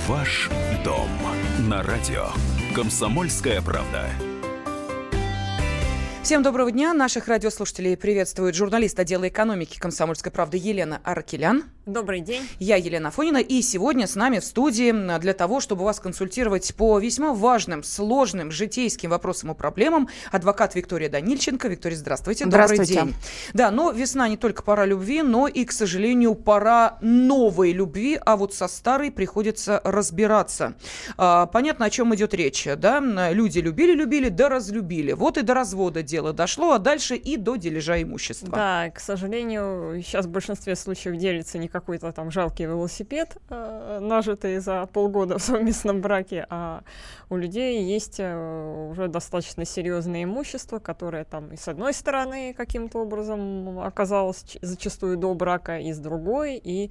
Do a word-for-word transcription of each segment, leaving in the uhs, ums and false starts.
Ваш дом на радио «Комсомольская правда». Всем доброго дня. Наших радиослушателей приветствует журналист отдела экономики «Комсомольской правды» Елена Аракелян. Добрый день. Я Елена Афонина. И сегодня с нами в студии для того, чтобы вас консультировать по весьма важным, сложным житейским вопросам и проблемам адвокат Виктория Данильченко. Виктория, здравствуйте. Здравствуйте. Добрый день. Да, но весна не только пора любви, но и, к сожалению, пора новой любви, а вот со старой приходится разбираться. А, понятно, о чем идет речь, да? Люди любили-любили, да разлюбили. Вот и до развода дело дошло, а дальше и до дележа имущества. Да, к сожалению, сейчас в большинстве случаев делится не какой-то там жалкий велосипед, э, нажитый за полгода в совместном браке, а у людей есть э, уже достаточно серьезное имущество, которое там и с одной стороны каким-то образом оказалось ч- зачастую до брака, и с другой, и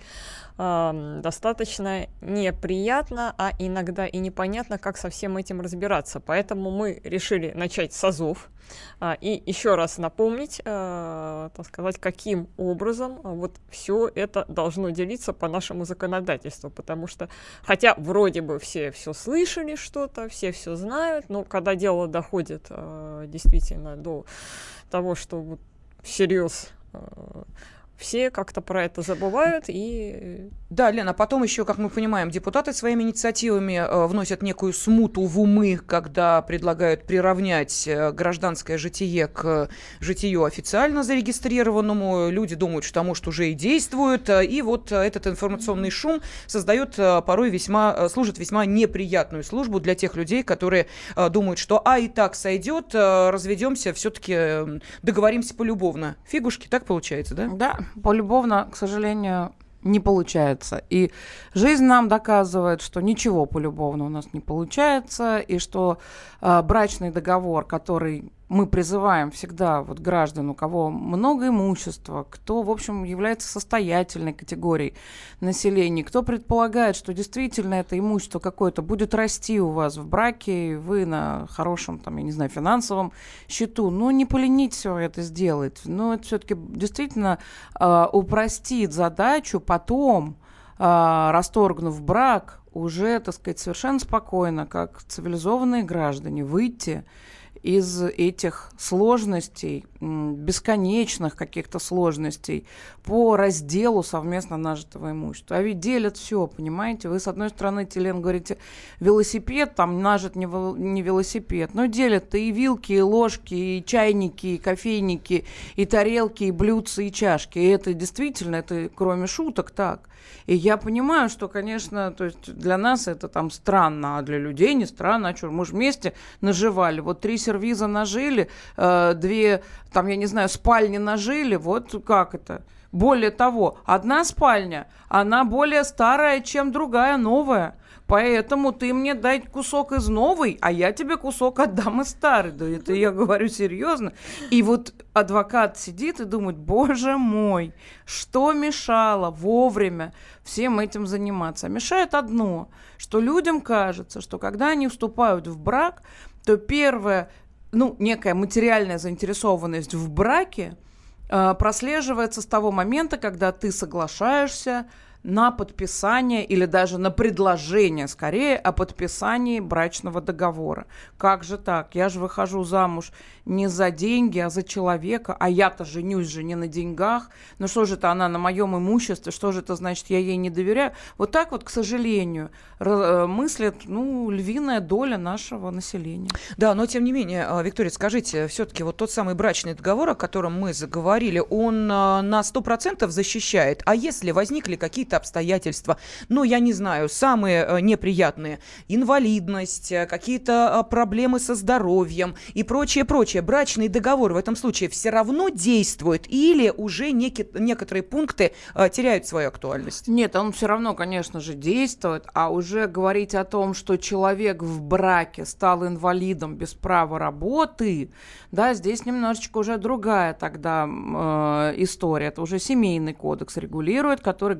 э, достаточно неприятно, а иногда и непонятно, как со всем этим разбираться. Поэтому мы решили начать с азов. А, и еще раз напомнить, э, так сказать, каким образом а, вот все это должно делиться по нашему законодательству, потому что, хотя вроде бы все все слышали что-то, все все знают, но когда дело доходит э, действительно до того, что вот всерьез э, все как-то про это забывают и... Да, Лена, потом еще, как мы понимаем, депутаты своими инициативами э, вносят некую смуту в умы, когда предлагают приравнять э, гражданское житие к житию официально зарегистрированному. Люди думают, что, может, уже и действуют. Э, и вот э, этот информационный шум создает э, порой весьма, э, служит весьма неприятную службу для тех людей, которые э, думают, что а и так сойдет, э, разведемся, все-таки э, договоримся полюбовно. Фигушки, так получается, да? Да, полюбовно, к сожалению, не получается. И жизнь нам доказывает, что ничего полюбовно у нас не получается, и что э, брачный договор, который мы призываем всегда вот граждан, у кого много имущества, кто, в общем, является состоятельной категорией населения, кто предполагает, что действительно это имущество какое-то будет расти у вас в браке, и вы на хорошем, там, я не знаю, финансовом счету, ну, не поленитесь все это сделать. Но это все-таки действительно э, упростит задачу потом, э, расторгнув брак, уже, так сказать, совершенно спокойно, как цивилизованные граждане, выйти из этих сложностей, бесконечных каких-то сложностей по разделу совместно нажитого имущества. А ведь делят все, понимаете? Вы, с одной стороны, Елена, говорите, велосипед, там нажит не, вел- не велосипед, но делят и вилки, и ложки, и чайники, и кофейники, и тарелки, и блюдца, и чашки. И это действительно, это кроме шуток так. И я понимаю, что, конечно, то есть для нас это там странно, а для людей не странно. А что, мы же вместе наживали. Вот три сервиза нажили, э, две, там, я не знаю, спальни нажили. Вот как это? Более того, одна спальня, она более старая, чем другая, новая. Поэтому ты мне дай кусок из новой, а я тебе кусок отдам из старой. Да это я говорю серьезно. И вот адвокат сидит и думает, боже мой, что мешало вовремя всем этим заниматься? А мешает одно, что людям кажется, что когда они вступают в брак, то первое, ну, некая материальная заинтересованность в браке э, прослеживается с того момента, когда ты соглашаешься на подписание или даже на предложение, скорее, о подписании брачного договора. Как же так? Я же выхожу замуж не за деньги, а за человека, а я-то женюсь же не на деньгах. Ну что же это она на моем имуществе? Что же это значит, я ей не доверяю? Вот так вот, к сожалению, р- мыслит, ну, львиная доля нашего населения. Да, но тем не менее, Виктория, скажите, все-таки вот тот самый брачный договор, о котором мы заговорили, он на сто процентов защищает? А если возникли какие-то обстоятельства, ну, я не знаю, самые неприятные, инвалидность, какие-то проблемы со здоровьем и прочее, прочее, брачный договор в этом случае все равно действует или уже неки- некоторые пункты а, теряют свою актуальность? Нет, он все равно, конечно же, действует, а уже говорить о том, что человек в браке стал инвалидом без права работы, да, здесь немножечко уже другая тогда э, история. Это уже семейный кодекс регулирует, который говорит о том,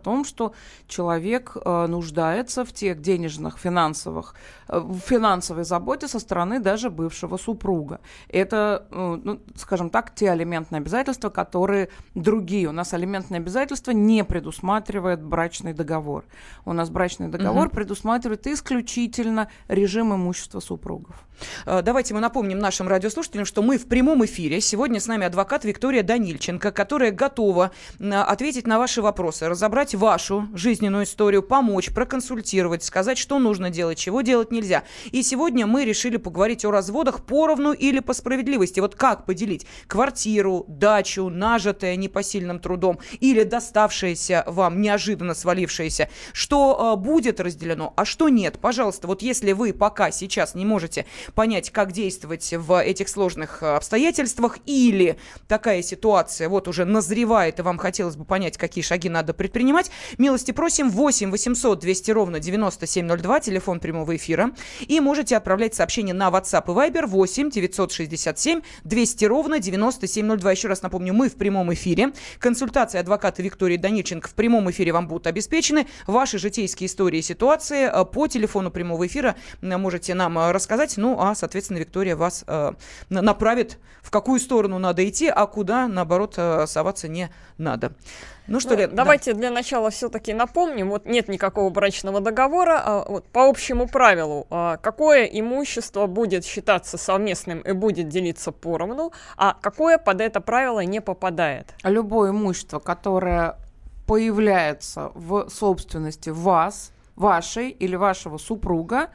том, что человек э, нуждается в тех денежных, финансовых, э, в финансовой заботе со стороны даже бывшего супруга. Это, э, ну, скажем так, те алиментные обязательства, которые другие. У нас алиментные обязательства не предусматривает брачный договор. У нас брачный договор угу. предусматривает исключительно режим имущества супругов. Давайте мы напомним нашим радиослушателям, что мы в прямом эфире. Сегодня с нами адвокат Виктория Данильченко, которая готова ответить на ваши вопросы, разобрать вашу жизненную историю, помочь, проконсультировать, сказать, что нужно делать, чего делать нельзя. И сегодня мы решили поговорить о разводах поровну или по справедливости. Вот как поделить квартиру, дачу, нажитое непосильным трудом или доставшееся вам, неожиданно свалившееся. Что э, будет разделено, а что нет. Пожалуйста, вот если вы пока сейчас не можете понять, как действовать в этих сложных обстоятельствах, или такая ситуация вот уже назревает, и вам хотелось бы понять, какие шаги надо предпринимать, милости просим. Восемь восемьсот двести ровно девяносто семь ноль два, телефон прямого эфира, и можете отправлять сообщение на WhatsApp и Viber восемь девятьсот шестьдесят семь двести ровно девяносто семь ноль два. Еще раз напомню, мы в прямом эфире. Консультации адвоката Виктории Данильченко в прямом эфире вам будут обеспечены. Ваши житейские истории и ситуации по телефону прямого эфира можете нам рассказать. Ну, а, соответственно, Виктория вас э, направит, в какую сторону надо идти, а куда, наоборот, э, соваться не надо. Ну что, ну, Лен, давайте да. для начала все-таки напомним, вот нет никакого брачного договора, а вот по общему правилу, а какое имущество будет считаться совместным и будет делиться поровну, а какое под это правило не попадает? Любое имущество, которое появляется в собственности вас, вашей или вашего супруга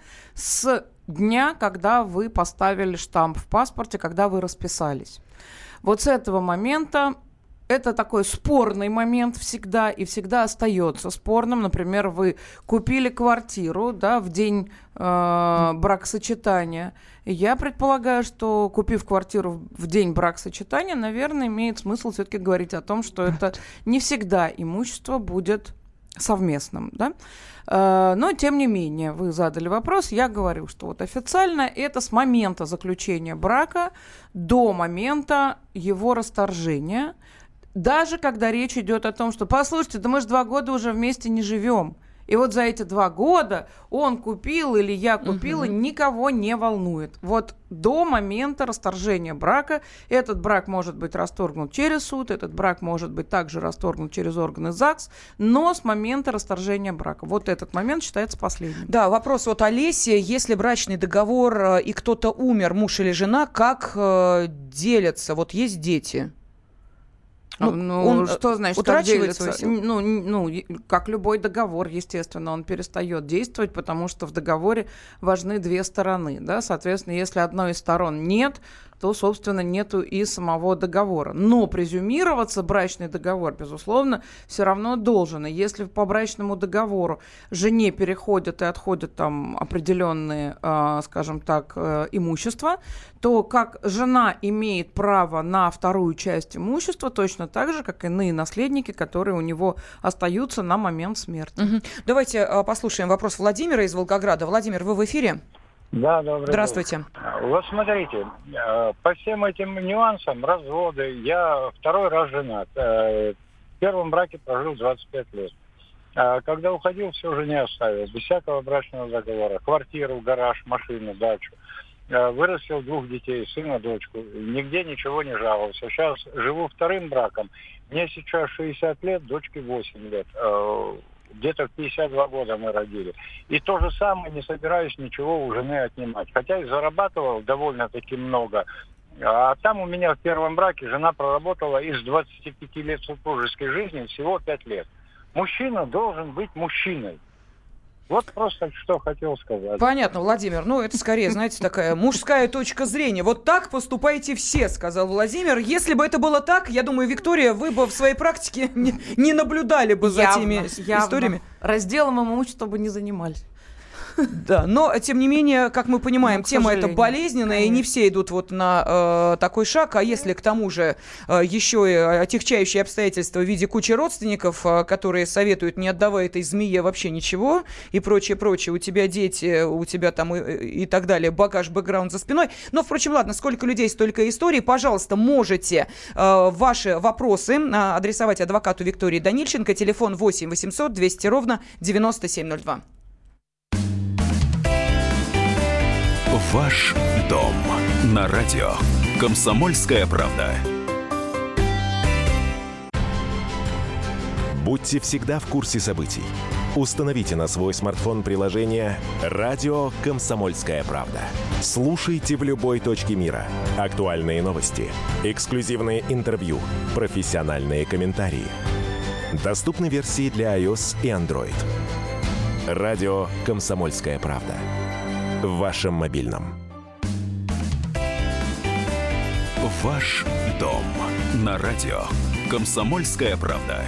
с дня, когда вы поставили штамп в паспорте, когда вы расписались. Вот с этого момента это такой спорный момент всегда и всегда остается спорным. Например, вы купили квартиру, да, в день э, бракосочетания. Я предполагаю, что, купив квартиру в день бракосочетания, наверное, имеет смысл все-таки говорить о том, что это не всегда имущество будет совместным, да? Но, тем не менее, вы задали вопрос, я говорю, что вот официально это с момента заключения брака до момента его расторжения, даже когда речь идет о том, что, послушайте, да мы же два года уже вместе не живем. И вот за эти два года он купил или я купила, угу. никого не волнует. Вот до момента расторжения брака этот брак может быть расторгнут через суд, этот брак может быть также расторгнут через органы ЗАГС, но с момента расторжения брака. Вот этот момент считается последним. Да, вопрос от Олеси. Если брачный договор и кто-то умер, муж или жена, как э, делятся? Вот есть дети. Ну, ну, он что значит, как делится? Ну, ну, как любой договор, естественно, он перестает действовать, потому что в договоре важны две стороны, да, соответственно, если одной из сторон нет, то, собственно, нету и самого договора. Но презюмироваться брачный договор, безусловно, все равно должен. И если по брачному договору жене переходят и отходят там определенные, э, скажем так, э, имущества, то как жена имеет право на вторую часть имущества, точно так же, как и иные наследники, которые у него остаются на момент смерти. Угу. Давайте э, послушаем вопрос Владимира из Волгограда. Владимир, вы в эфире? Да, добрый день. Здравствуйте. Вот смотрите, по всем этим нюансам, разводы, я второй раз женат. В первом браке прожил двадцать пять лет. Когда уходил, все жене оставил, без всякого брачного договора. Квартиру, гараж, машину, дачу. Вырастил двух детей, сына, дочку. Нигде ничего не жаловался. Сейчас живу вторым браком. Мне сейчас шестьдесят лет, дочке восемь лет. Где-то в пятьдесят два года мы родили. И то же самое, не собираюсь ничего у жены отнимать. Хотя и зарабатывал довольно-таки много. А там у меня в первом браке жена проработала из двадцати пяти лет супружеской жизни всего пять лет. Мужчина должен быть мужчиной. Вот просто что хотел сказать. Понятно, Владимир. Ну, это скорее, знаете, такая мужская точка зрения. Вот так поступайте все, сказал Владимир. Если бы это было так, я думаю, Виктория, вы бы в своей практике не, не наблюдали бы за явно, теми явно. историями. Разделом имущества бы не занимались. Да, но, тем не менее, как мы понимаем, ну, тема эта болезненная, конечно. И не все идут вот на э, такой шаг. А если к тому же э, еще и отягчающие обстоятельства в виде кучи родственников, э, которые советуют, не отдавай этой змее вообще ничего и прочее, прочее, у тебя дети, у тебя там и, и так далее, багаж, бэкграунд за спиной. Но, впрочем, ладно, сколько людей, столько историй. Пожалуйста, можете э, ваши вопросы э, адресовать адвокату Виктории Данильченко. Телефон восемь восемьсот двести ровно девяносто семь ноль два. Ваш дом на радио «Комсомольская правда». Будьте всегда в курсе событий. Установите на свой смартфон приложение «Радио Комсомольская правда». Слушайте в любой точке мира. Актуальные новости, эксклюзивные интервью, профессиональные комментарии. Доступны версии для iOS и Android. «Радио Комсомольская правда». В вашем мобильном. Ваш дом на радио «Комсомольская правда».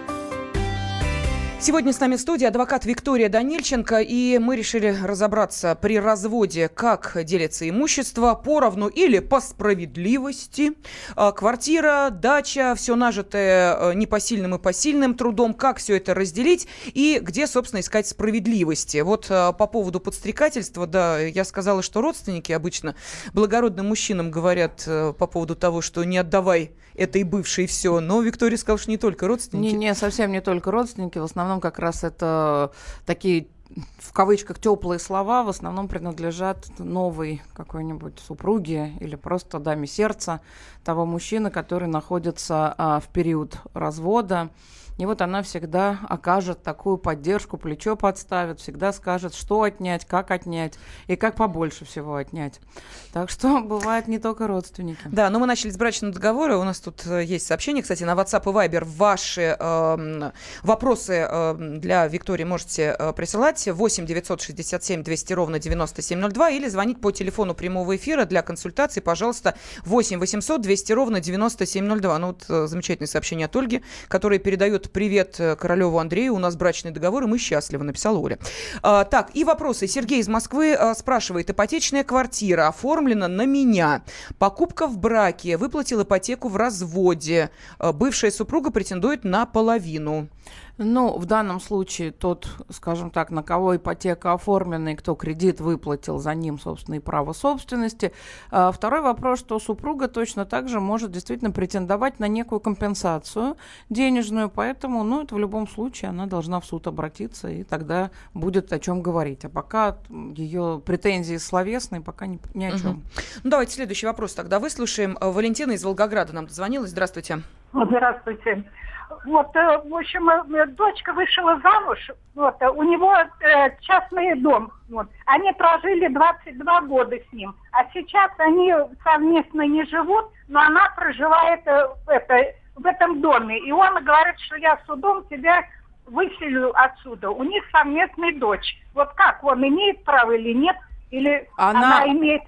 Сегодня с нами в студии адвокат Виктория Данильченко, и мы решили разобраться при разводе, как делится имущество поровну или по справедливости. Квартира, дача, все нажитое непосильным и посильным трудом, как все это разделить и где, собственно, искать справедливости. Вот по поводу подстрекательства, да, я сказала, что родственники обычно благородным мужчинам говорят по поводу того, что не отдавай этой бывшей все, но Виктория сказала, что не только родственники. Не, не, совсем не только родственники, в основном как раз это такие, в кавычках, теплые слова, в основном принадлежат новой какой-нибудь супруге или просто даме сердца того мужчины, который находится а, в период развода. И вот она всегда окажет такую поддержку, плечо подставит, всегда скажет, что отнять, как отнять и как побольше всего отнять. Так что бывает не только родственники. Да, но мы начали с брачного договора. У нас тут э, есть сообщение, кстати, на WhatsApp и Viber. Ваши э, вопросы э, для Виктории можете э, присылать восемь девятьсот шестьдесят семь двести ровно девяносто семь ноль два или звонить по телефону прямого эфира для консультации, пожалуйста, восемь восемьсот двести ровно девяносто семь ноль два. Ну вот э, замечательное сообщение от Ольги, которая передает привет Королеву Андрею. У нас брачный договор, и мы счастливы, написала Оля. А, так, и вопросы. Сергей из Москвы а, спрашивает. Ипотечная квартира оформлена на меня. Покупка в браке. Выплатил ипотеку в разводе. А, бывшая супруга претендует на половину. Ну, в данном случае тот, скажем так, на кого ипотека оформлена и кто кредит выплатил, за ним, собственно, и право собственности. А второй вопрос, что супруга точно так же может действительно претендовать на некую компенсацию денежную, поэтому, ну, это в любом случае она должна в суд обратиться, и тогда будет о чем говорить. А пока ее претензии словесные, пока ни, ни о чем. Угу. Ну, давайте следующий вопрос тогда выслушаем. Валентина из Волгограда нам дозвонилась. Здравствуйте. Здравствуйте. Вот, в общем, дочка вышла замуж, вот, у него э, частный дом, вот. Они прожили двадцать два года с ним, а сейчас они совместно не живут, но она проживает э, это, в этом доме, и он говорит, что я судом тебя выселю отсюда. У них совместная дочь. Вот как, он имеет право или нет, или она, она имеет...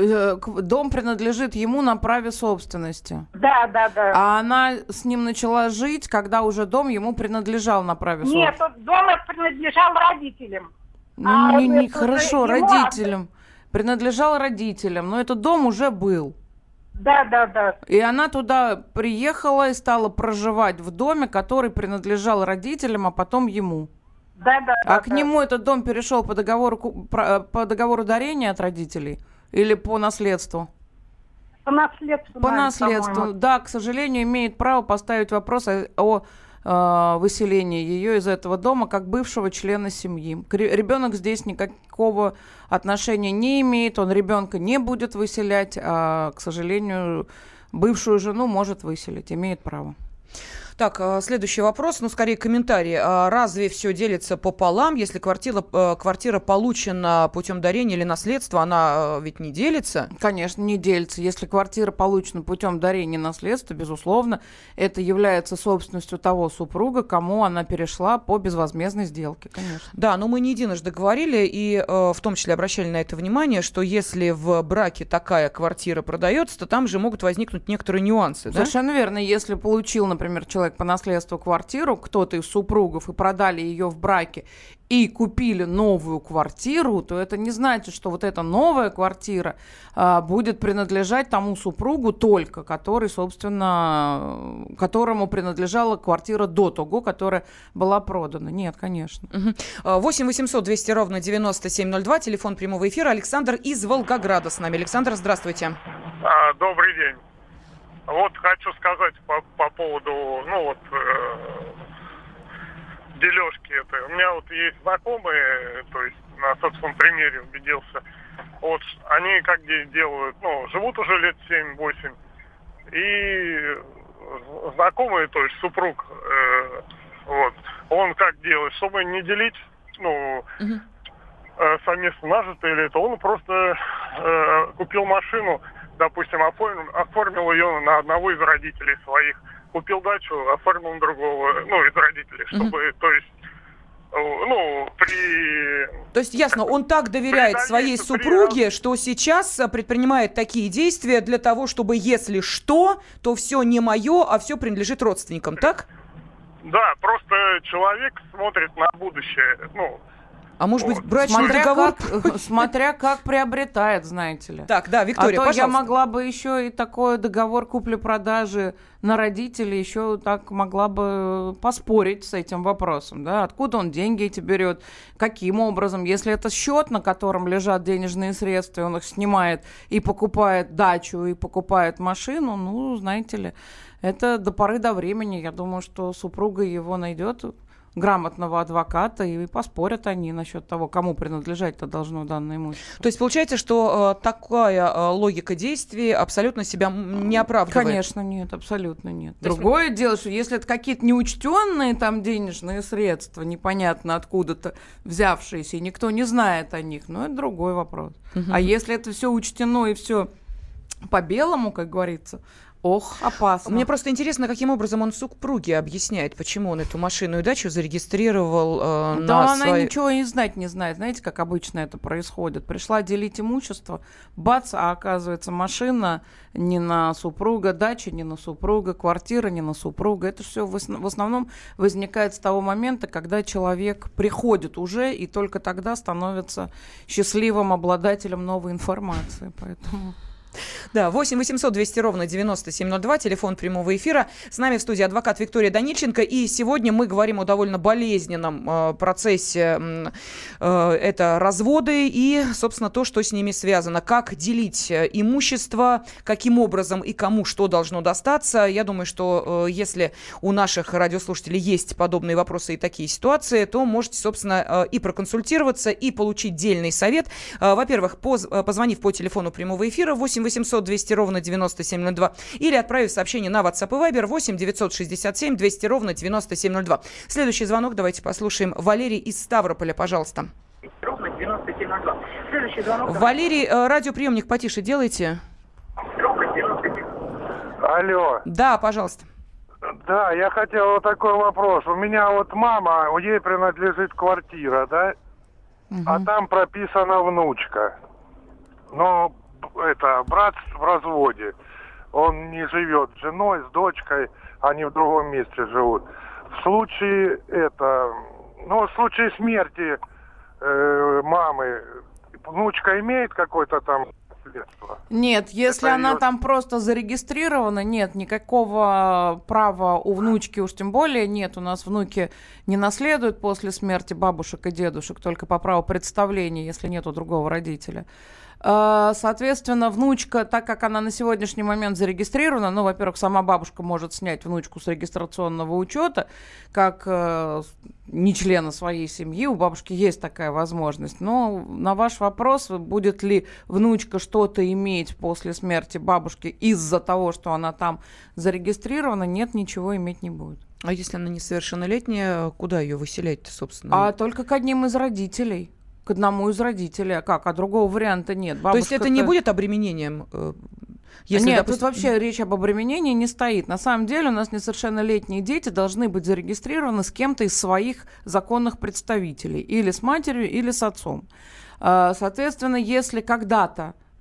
Дом принадлежит ему на праве собственности. Да, да, да. А она с ним начала жить, когда уже дом ему принадлежал на праве собственности. Нет, дом принадлежал родителям. Ну, а не, не хорошо, родителям. Ему... Принадлежал родителям, но этот дом уже был. Да, да, да. И она туда приехала и стала проживать в доме, который принадлежал родителям, а потом ему. Да, да, а да. к да. нему этот дом перешел по договору, по договору дарения от родителей? Или по наследству? По наследству. По наверное, наследству. по-моему. Да, к сожалению, имеет право поставить вопрос о, о э, выселении ее из этого дома как бывшего члена семьи. Ребенок здесь никакого отношения не имеет, он ребенка не будет выселять, а, к сожалению, бывшую жену может выселить, имеет право. Так, следующий вопрос, ну, скорее комментарий. Разве все делится пополам? Если квартира, квартира получена путем дарения или наследства, она ведь не делится? Конечно, не делится. Если квартира получена путем дарения и наследства, безусловно, это является собственностью того супруга, кому она перешла по безвозмездной сделке, конечно. Да, но мы не единожды говорили, и э, в том числе обращали на это внимание, что если в браке такая квартира продается, то там же могут возникнуть некоторые нюансы. Совершенно да? верно. Если получил, например, человек человек по наследству квартиру, кто-то из супругов, и продали ее в браке, и купили новую квартиру, то это не значит, что вот эта новая квартира а, будет принадлежать тому супругу только, который, собственно, которому принадлежала квартира до того, которая была продана. Нет, конечно. восемь восемьсот двести ровно девяносто семь ноль два, телефон прямого эфира. Александр из Волгограда с нами. Александр, здравствуйте. А, добрый день. Вот хочу сказать по, по поводу, ну вот, э, дележки этой. У меня вот есть знакомые, то есть на собственном примере убедился. Вот они как делают, ну, живут уже лет семь-восемь. И знакомый, то есть супруг, э, вот, он как делает, чтобы не делить, ну, uh-huh. э, совместно нажитое или это, он просто э, купил машину, допустим, оформил, оформил ее на одного из родителей своих, купил дачу, оформил на другого, ну, из родителей, чтобы, uh-huh. то есть, ну, при... То есть, ясно, он так доверяет своей супруге, при... что сейчас предпринимает такие действия для того, чтобы, если что, то все не мое, а все принадлежит родственникам, так? Да, просто человек смотрит на будущее, ну... А может быть, брачный смотря договор... Как, смотря как приобретает, знаете ли. Так, да, Виктория, а то пожалуйста. Я могла бы еще и такой договор купли-продажи на родителей, еще так могла бы поспорить с этим вопросом, да, откуда он деньги эти берет, каким образом, если это счет, на котором лежат денежные средства, и он их снимает и покупает дачу, и покупает машину, ну, знаете ли, это до поры до времени, я думаю, что супруга его найдет, грамотного адвоката, и поспорят они насчет того, кому принадлежать-то должно данное имущество. То есть получается, что э, такая э, логика действий абсолютно себя не оправдывает? Конечно, нет, абсолютно нет. То Другое есть... дело, что если это какие-то неучтенные там денежные средства, непонятно откуда-то взявшиеся, и никто не знает о них, ну, это другой вопрос. Угу. А если это все учтено и все по белому, как говорится, ох, опасно. Мне просто интересно, каким образом он супруге объясняет, почему он эту машину и дачу зарегистрировал э, да на она свой... ничего и знать не знает. Знаете, как обычно это происходит? Пришла делить имущество, бац, а оказывается машина не на супруга, дача не на супруга, квартира не на супруга. Это все в основном возникает с того момента, когда человек приходит уже и только тогда становится счастливым обладателем новой информации. Поэтому... Да, восемь восемьсот двести ровно девяносто семь ноль два, телефон прямого эфира. С нами в студии адвокат Виктория Данильченко. И сегодня мы говорим о довольно болезненном э, процессе. Э, это разводы и, собственно, то, что с ними связано. Как делить имущество, каким образом и кому что должно достаться. Я думаю, что э, если у наших радиослушателей есть подобные вопросы и такие ситуации, то можете, собственно, э, и проконсультироваться, и получить дельный совет. Э, во-первых, поз- позвонив по телефону прямого эфира восемь восемьсот двести ровно девяносто семь ноль два или отправив сообщение на WhatsApp и Viber восемь девятьсот шестьдесят семь двести ровно девяносто семь ноль два. Следующий звонок давайте послушаем. Валерий из Ставрополя, пожалуйста. Ровно девяносто семь ноль два. Следующий звонок. Валерий, радиоприемник потише делайте. Алло. Да, пожалуйста. Да, я хотел вот такой вопрос. У меня вот мама, ей принадлежит квартира, да? Угу. А там прописана внучка. Но это брат в разводе. Он не живет с женой, с дочкой, они в другом месте живут. В случае это, ну, в случае смерти э, мамы, внучка имеет какой-то там средство? Нет, если это она ее... там просто зарегистрирована, нет, никакого права у внучки, уж тем более нет. У нас внуки не наследуют после смерти бабушек и дедушек, только по праву представления, если нету другого родителя. Соответственно, внучка, так как она на сегодняшний момент зарегистрирована, ну, во-первых, сама бабушка может снять внучку с регистрационного учета, как э, не члена своей семьи, у бабушки есть такая возможность. Но на ваш вопрос, будет ли внучка что-то иметь после смерти бабушки из-за того, что она там зарегистрирована, нет, ничего иметь не будет. А если она несовершеннолетняя, куда ее выселять-то, собственно? А только к одним из родителей. К одному из родителей. А как? А другого варианта нет. То есть это не будет обременением? Если, Нет, допустим... тут вообще речь об обременении не стоит. На самом деле у нас несовершеннолетние дети должны быть зарегистрированы с кем-то из своих законных представителей. Или с матерью, или с отцом. Соответственно, если когда-то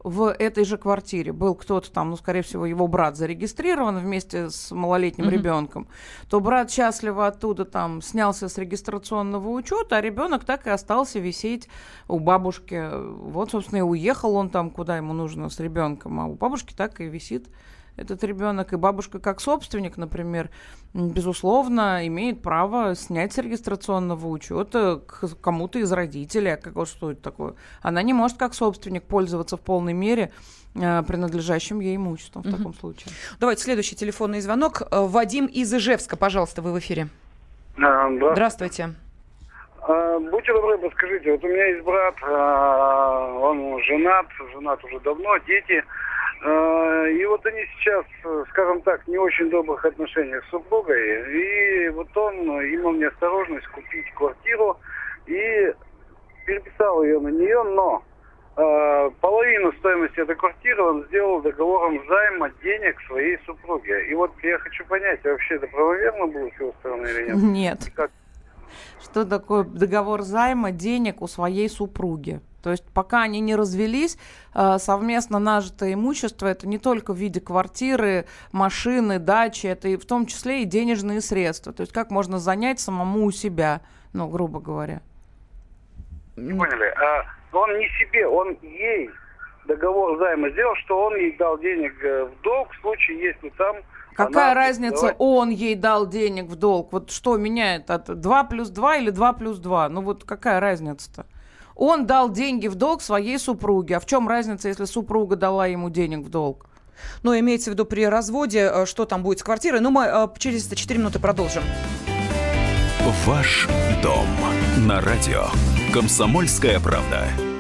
в этой же квартире был кто-то там, ну, скорее всего, его брат зарегистрирован вместе с малолетним mm-hmm. ребенком, то брат счастливо оттуда там снялся с регистрационного учета, а ребенок так и остался висеть у бабушки. Вот, собственно, и уехал он там, куда ему нужно с ребенком, а у бабушки так и висит этот ребенок. И бабушка, как собственник, например, безусловно, имеет право снять с регистрационного учета к кому-то из родителей. А как, вот что это такое? Она не может, как собственник, пользоваться в полной мере э, принадлежащим ей имуществом в mm-hmm. таком случае. Давайте следующий телефонный звонок. Вадим из Ижевска, пожалуйста, вы в эфире. А, да. Здравствуйте. А, будьте добры, подскажите, вот у меня есть брат, а, он женат, женат уже давно, дети. И вот они сейчас, скажем так, не очень добрых отношениях с супругой. И вот он имел неосторожность купить квартиру и переписал ее на нее, но э, половину стоимости этой квартиры он сделал договором займа денег своей супруге. И вот я хочу понять, вообще это правомерно было с его стороны или нет? Нет. Как? Что такое договор займа денег у своей супруги? То есть пока они не развелись, совместно нажитое имущество – это не только в виде квартиры, машины, дачи, это и в том числе и денежные средства. То есть как можно занять самому у себя, ну, грубо говоря. Поняли. А он не себе, он ей договор займа сделал, что он ей дал денег в долг в случае, если там… Какая она... разница, Давай. Он ей дал денег в долг? Вот что меняет от два плюс два или два плюс два? Ну вот какая разница-то? Он дал деньги в долг своей супруге. А в чем разница, если супруга дала ему денег в долг? Ну, имеется в виду при разводе, что там будет с квартирой. Ну, мы э, через четыре минуты продолжим. Ваш дом на радио «Комсомольская правда».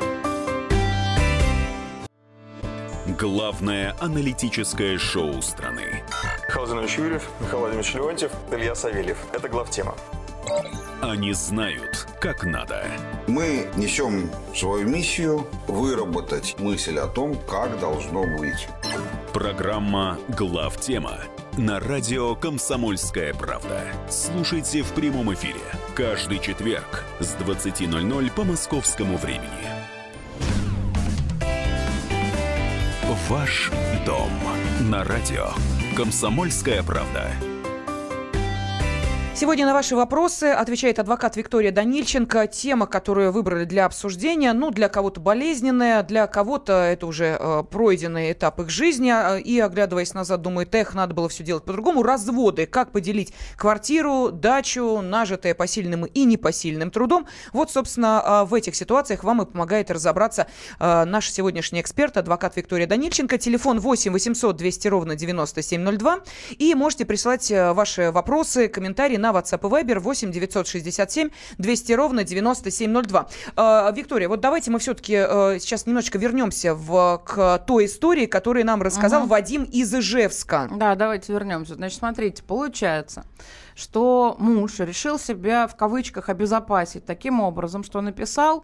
Главное аналитическое шоу страны. Михаил Владимирович Юрьев, Михаил Владимирович Леонтьев, Илья Савельев. Это главтема. Они знают, как надо. Мы несем свою миссию выработать мысль о том, как должно быть. Программа «Главтема» на радио «Комсомольская правда». Слушайте в прямом эфире каждый четверг с двадцати ноль-ноль по московскому времени. Ваш дом на радио «Комсомольская правда». Сегодня на ваши вопросы отвечает адвокат Виктория Данильченко. Тема, которую выбрали для обсуждения, ну, для кого-то болезненная, для кого-то это уже э, пройденный этап их жизни. И, оглядываясь назад, думает, эх, надо было все делать по-другому. Разводы. Как поделить квартиру, дачу, нажитое посильным и непосильным трудом. Вот, собственно, в этих ситуациях вам и помогает разобраться э, наш сегодняшний эксперт, адвокат Виктория Данильченко. Телефон восемь восемьсот двести ровно девяносто семь ноль два. И можете присылать ваши вопросы, комментарии на на WhatsApp и Viber восемь девятьсот шестьдесят семь двести ровно девяносто семь ноль два. Э, Виктория, вот давайте мы все-таки э, сейчас немножечко вернемся в, к той истории, которую нам рассказал угу. Вадим из Ижевска. Да, давайте вернемся. Значит, смотрите, получается, что муж решил себя в кавычках обезопасить таким образом, что написал,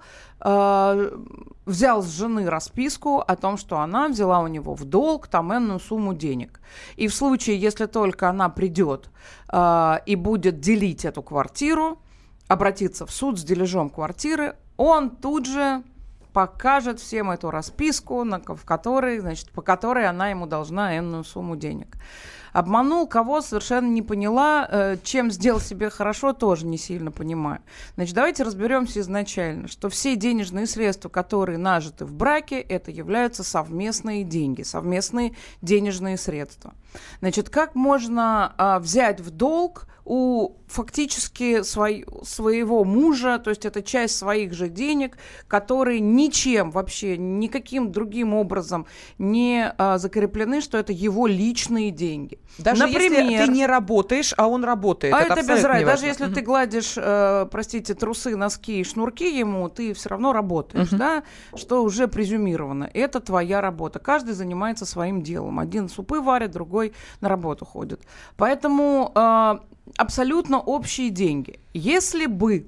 э, взял с жены расписку о том, что она взяла у него в долг там энную сумму денег. И в случае, если только она придет э, и будет делить эту квартиру, обратиться в суд с дележом квартиры, он тут же покажет всем эту расписку, на, в которой, значит, по которой она ему должна энную сумму денег. Обманул кого, совершенно не поняла. Э, чем сделал себе хорошо, тоже не сильно понимаю. Значит, давайте разберемся изначально, что все денежные средства, которые нажиты в браке, это являются совместные деньги, совместные денежные средства. Значит, как можно э, взять в долг у фактически свой, своего мужа, то есть это часть своих же денег, которые ничем вообще, никаким другим образом не а, закреплены, что это его личные деньги. Даже Например, если ты не работаешь, а он работает. А это, это без разницы. Даже если uh-huh. ты гладишь, э, простите, трусы, носки и шнурки ему, ты все равно работаешь, uh-huh. да, что уже презюмировано. Это твоя работа. Каждый занимается своим делом. Один супы варит, другой на работу ходит. Поэтому э, абсолютно общие деньги. Если бы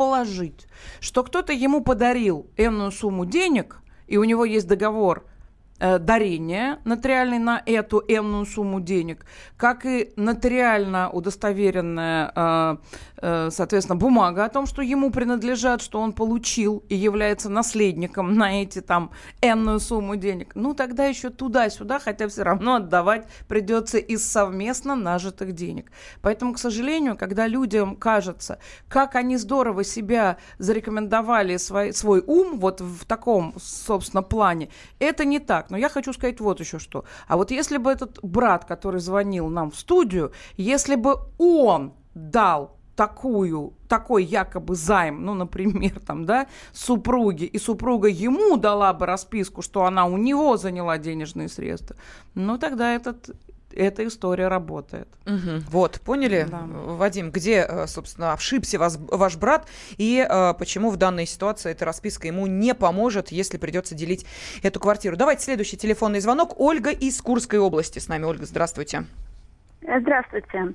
предположить, что кто-то ему подарил энную сумму денег, и у него есть договор дарение нотариальное на эту энную сумму денег, как и нотариально удостоверенная, соответственно, бумага о том, что ему принадлежат, что он получил и является наследником на эти там энную сумму денег, ну тогда еще туда-сюда, хотя все равно отдавать придется из совместно нажитых денег. Поэтому, к сожалению, когда людям кажется, как они здорово себя зарекомендовали свой, свой ум вот в таком, собственно, плане, это не так. Но я хочу сказать вот еще что. А вот если бы этот брат, который звонил нам в студию, если бы он дал такую, такой якобы займ, ну, например, там, да, супруге, и супруга ему дала бы расписку, что она у него заняла денежные средства, ну, тогда этот... эта история работает. Угу. Вот, поняли, да. Вадим, где, собственно, ошибся вас, ваш брат и э, почему в данной ситуации эта расписка ему не поможет, если придется делить эту квартиру. Давайте следующий телефонный звонок. Ольга из Курской области с нами. Ольга, здравствуйте. Здравствуйте.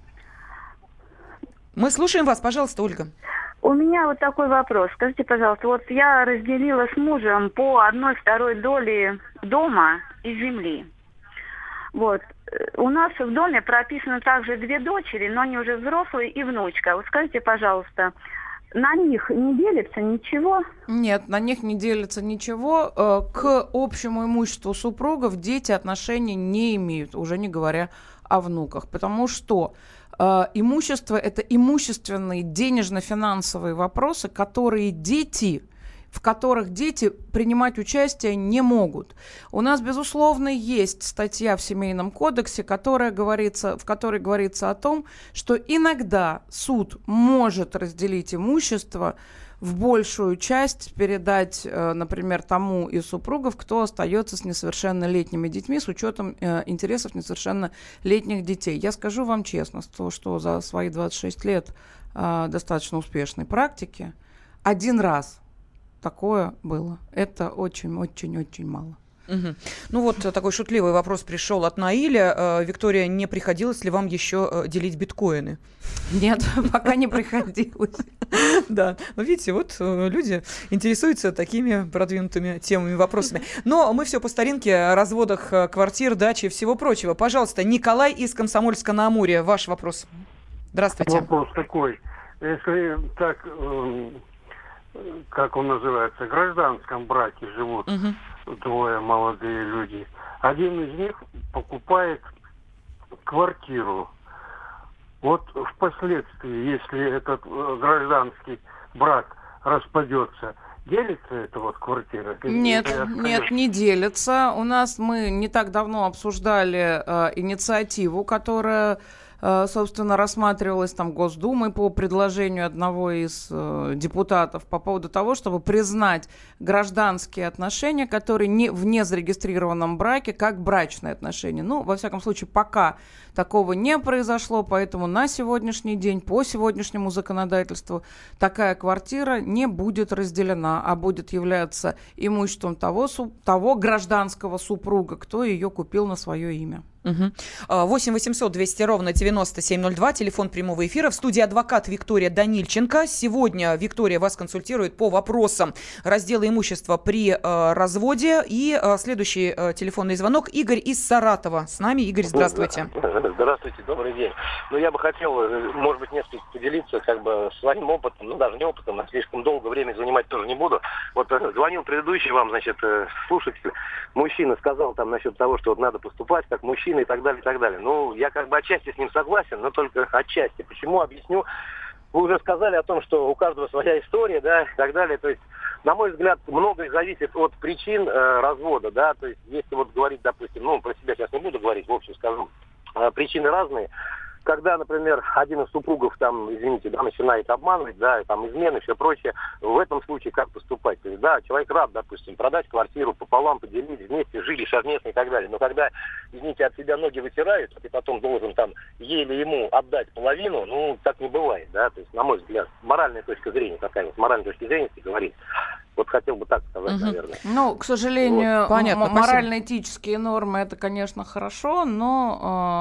Мы слушаем вас, пожалуйста, Ольга. У меня вот такой вопрос. Скажите, пожалуйста, вот я разделила с мужем по одной второй доли дома и земли. Вот. У нас в доме прописаны также две дочери, но они уже взрослые, и внучка. Вот скажите, пожалуйста, на них не делится ничего? Нет, на них не делится ничего. К общему имуществу супругов дети отношения не имеют, уже не говоря о внуках. Потому что э, имущество – это имущественные денежно-финансовые вопросы, которые дети... в которых дети принимать участие не могут. У нас, безусловно, есть статья в Семейном кодексе, которая говорится, в которой говорится о том, что иногда суд может разделить имущество в большую часть, передать, например, тому из супругов, кто остается с несовершеннолетними детьми, с учетом э, интересов несовершеннолетних детей. Я скажу вам честно, что за свои двадцать шесть лет э, достаточно успешной практики один раз такое было. Это очень-очень-очень мало. Угу. Ну вот такой шутливый вопрос пришел от Наиля. Э, Виктория, не приходилось ли вам еще э, делить биткоины? Нет, пока не приходилось. Да, видите, вот люди интересуются такими продвинутыми темами, вопросами. Но мы все по старинке, о разводах квартир, дачи и всего прочего. Пожалуйста, Николай из Комсомольска-на-Амуре, ваш вопрос. Здравствуйте. Вопрос такой. Если так... как он называется, в гражданском браке живут uh-huh. двое молодые люди. Один из них покупает квартиру. Вот впоследствии, если этот гражданский брак распадется, делится эта вот квартира? Нет, Это, нет, не делится. У нас мы не так давно обсуждали э, инициативу, которая... собственно, рассматривалась там Госдумой по предложению одного из э, депутатов по поводу того, чтобы признать гражданские отношения, которые не в незарегистрированном браке, как брачные отношения. Ну, во всяком случае, пока такого не произошло, поэтому на сегодняшний день, по сегодняшнему законодательству, такая квартира не будет разделена, а будет являться имуществом того, того гражданского супруга, кто ее купил на свое имя. восемь восемьсот двести ровно девяносто семь ноль два, телефон прямого эфира. В студии адвокат Виктория Данильченко. Сегодня Виктория вас консультирует по вопросам раздела имущества при э, разводе. И э, следующий э, телефонный звонок. Игорь из Саратова с нами. Игорь, здравствуйте. Здравствуйте, добрый день. Ну, я бы хотел, может быть, несколько поделиться как бы своим опытом, ну, даже не опытом, а слишком долго времени занимать тоже не буду. Вот звонил предыдущий вам, значит, слушатель, мужчина сказал там насчет того, что вот надо поступать как мужчина и так далее, и так далее. Ну, я как бы отчасти с ним согласен, но только отчасти. Почему? Объясню. Вы уже сказали о том, что у каждого своя история, да, и так далее. То есть, на мой взгляд, многое зависит от причин э, развода, да. То есть, если вот говорить, допустим, ну, про себя сейчас не буду говорить, в общем скажу, э, причины разные. Когда, например, один из супругов, там, извините, да, начинает обманывать, да, там, измены, все прочее, в этом случае как поступать? То есть, да, человек рад, допустим, продать квартиру пополам, поделить, вместе жили совместно и так далее. Но когда, извините, от себя ноги вытирают, а ты потом должен там ей или ему отдать половину, ну, так не бывает, да, то есть, на мой взгляд, моральная точка зрения такая вот, моральная точка зрения, если говорить. Вот хотел бы так сказать, угу. наверное. Ну, к сожалению, вот. Понятно, м- морально-этические нормы, это, конечно, хорошо, но... Э-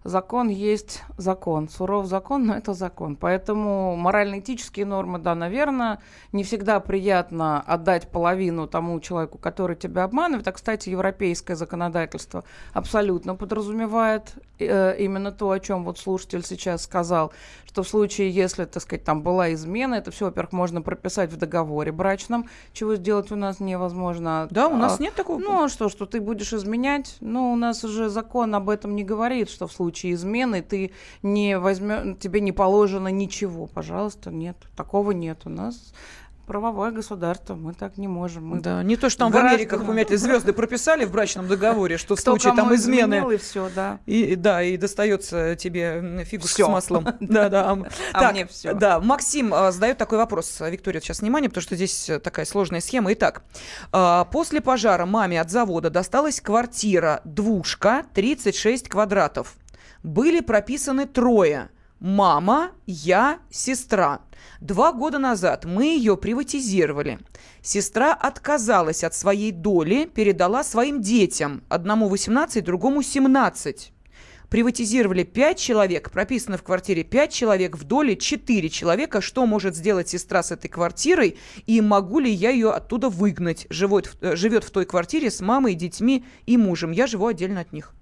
закон есть закон. Суров закон, но это закон. Поэтому морально-этические нормы, да, наверное, не всегда приятно отдать половину тому человеку, который тебя обманывает. А, кстати, европейское законодательство абсолютно подразумевает э, именно то, о чем вот слушатель сейчас сказал, что в случае, если, так сказать, там была измена, это все, во-первых, можно прописать в договоре брачном, чего сделать у нас невозможно. Да, у нас а, нет такого. Ну, а что, что ты будешь изменять? Ну, у нас уже закон об этом не говорит, что в случае измены ты не возьмешь, тебе не положено ничего. Пожалуйста, нет, такого нет у нас. Правовое государство, мы так не можем. Мы да, не то, что там граждан... в Америке, как понимаете, звезды прописали в брачном договоре, что в Кто случае там измены... изменил, и все, да. И, да, и достается тебе фигус всё. с маслом. Да, да. А так, мне все. Да, Максим а, задает такой вопрос. Виктория, сейчас внимание, потому что здесь такая сложная схема. Итак, а, после пожара маме от завода досталась квартира двушка, тридцать шесть квадратов. Были прописаны трое. Мама, я, сестра. Два года назад мы ее приватизировали. Сестра отказалась от своей доли, передала своим детям. Одному восемнадцать, другому семнадцать. Приватизировали пять человек, прописано в квартире пять человек, в доле четыре человека. Что может сделать сестра с этой квартирой? И могу ли я ее оттуда выгнать? Живет, живет в той квартире с мамой, детьми и мужем. Я живу отдельно от них.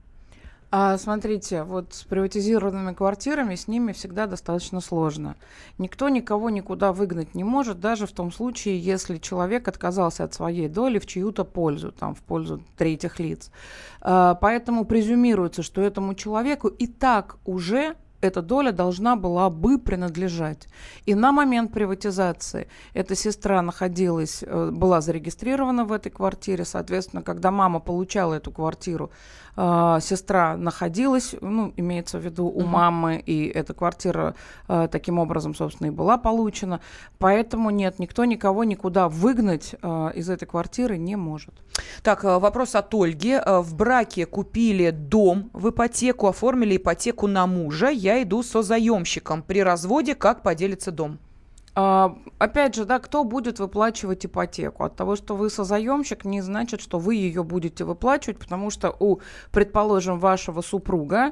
А, смотрите, вот с приватизированными квартирами с ними всегда достаточно сложно. Никто никого никуда выгнать не может, даже в том случае, если человек отказался от своей доли в чью-то пользу, там, в пользу третьих лиц. А, поэтому презюмируется, что этому человеку и так уже эта доля должна была бы принадлежать. И на момент приватизации эта сестра находилась, была зарегистрирована в этой квартире. Соответственно, когда мама получала эту квартиру, э, сестра находилась, ну, имеется в виду у uh-huh. мамы, и эта квартира э, таким образом, собственно, и была получена. Поэтому нет, никто никого никуда выгнать э, из этой квартиры не может. Так, вопрос от Ольги. В браке купили дом в ипотеку, оформили ипотеку на мужа. Я иду созаемщиком. При разводе как поделится дом? А, опять же, да, кто будет выплачивать ипотеку? От того, что вы созаемщик, не значит, что вы ее будете выплачивать, потому что у, предположим, вашего супруга,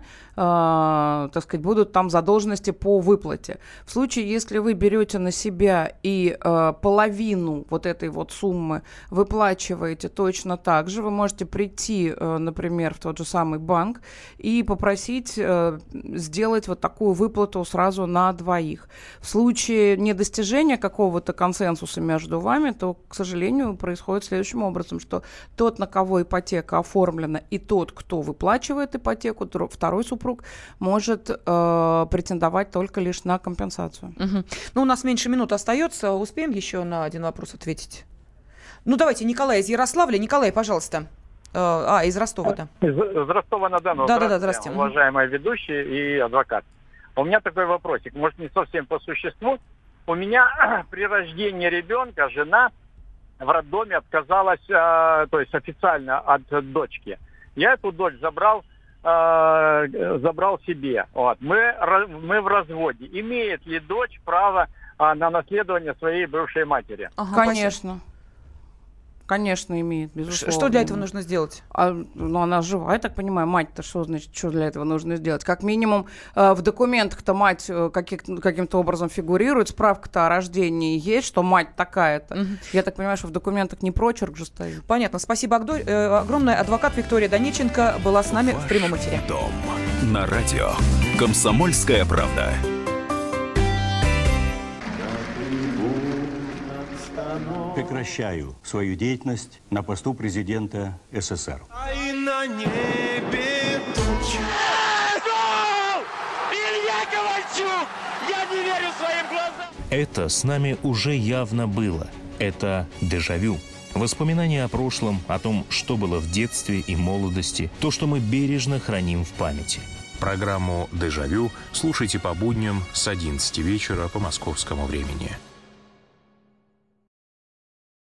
э, так сказать, будут там задолженности по выплате. В случае, если вы берете на себя и э, половину вот этой вот суммы выплачиваете точно так же, вы можете прийти, э, например, в тот же самый банк и попросить э, сделать вот такую выплату сразу на двоих. В случае недостижения достижения какого-то консенсуса между вами, то, к сожалению, происходит следующим образом, что тот, на кого ипотека оформлена, и тот, кто выплачивает ипотеку, второй супруг, может э, претендовать только лишь на компенсацию. Угу. Ну, у нас меньше минут остается. Успеем еще на один вопрос ответить? Ну, давайте, Николай из Ярославля. Николай, пожалуйста. А, из Ростова, да. Из, из Ростова-на-Дону. Да, да, да, здравствуйте. Уважаемый ведущий и адвокат. У меня такой вопросик, может, не совсем по существу. У меня при рождении ребенка жена в роддоме отказалась, э, то есть официально от дочки. Я эту дочь забрал, э, забрал себе. Вот. Мы, мы в разводе. Имеет ли дочь право э, на наследование своей бывшей матери? Ага, конечно. Конечно, имеет, безусловно. Что для этого нужно сделать? А, ну, она жива, я так понимаю. Мать-то что значит, что для этого нужно сделать? Как минимум, э, в документах-то мать э, каких, каким-то образом фигурирует, справка-то о рождении есть, что мать такая-то. Угу. Я так понимаю, что в документах не прочерк же стоит. Понятно. Спасибо э, огромное. Адвокат Виктория Даниченко была с нами Ваш в прямом эфире. Дом на радио «Комсомольская правда». Прекращаю свою деятельность на посту президента СССР. А и на небе тучи. Илья Ковальчук! Я не верю своим глазам! Это с нами уже явно было. Это дежавю. Воспоминания о прошлом, о том, что было в детстве и молодости, то, что мы бережно храним в памяти. Программу «Дежавю» слушайте по будням с одиннадцати вечера по московскому времени.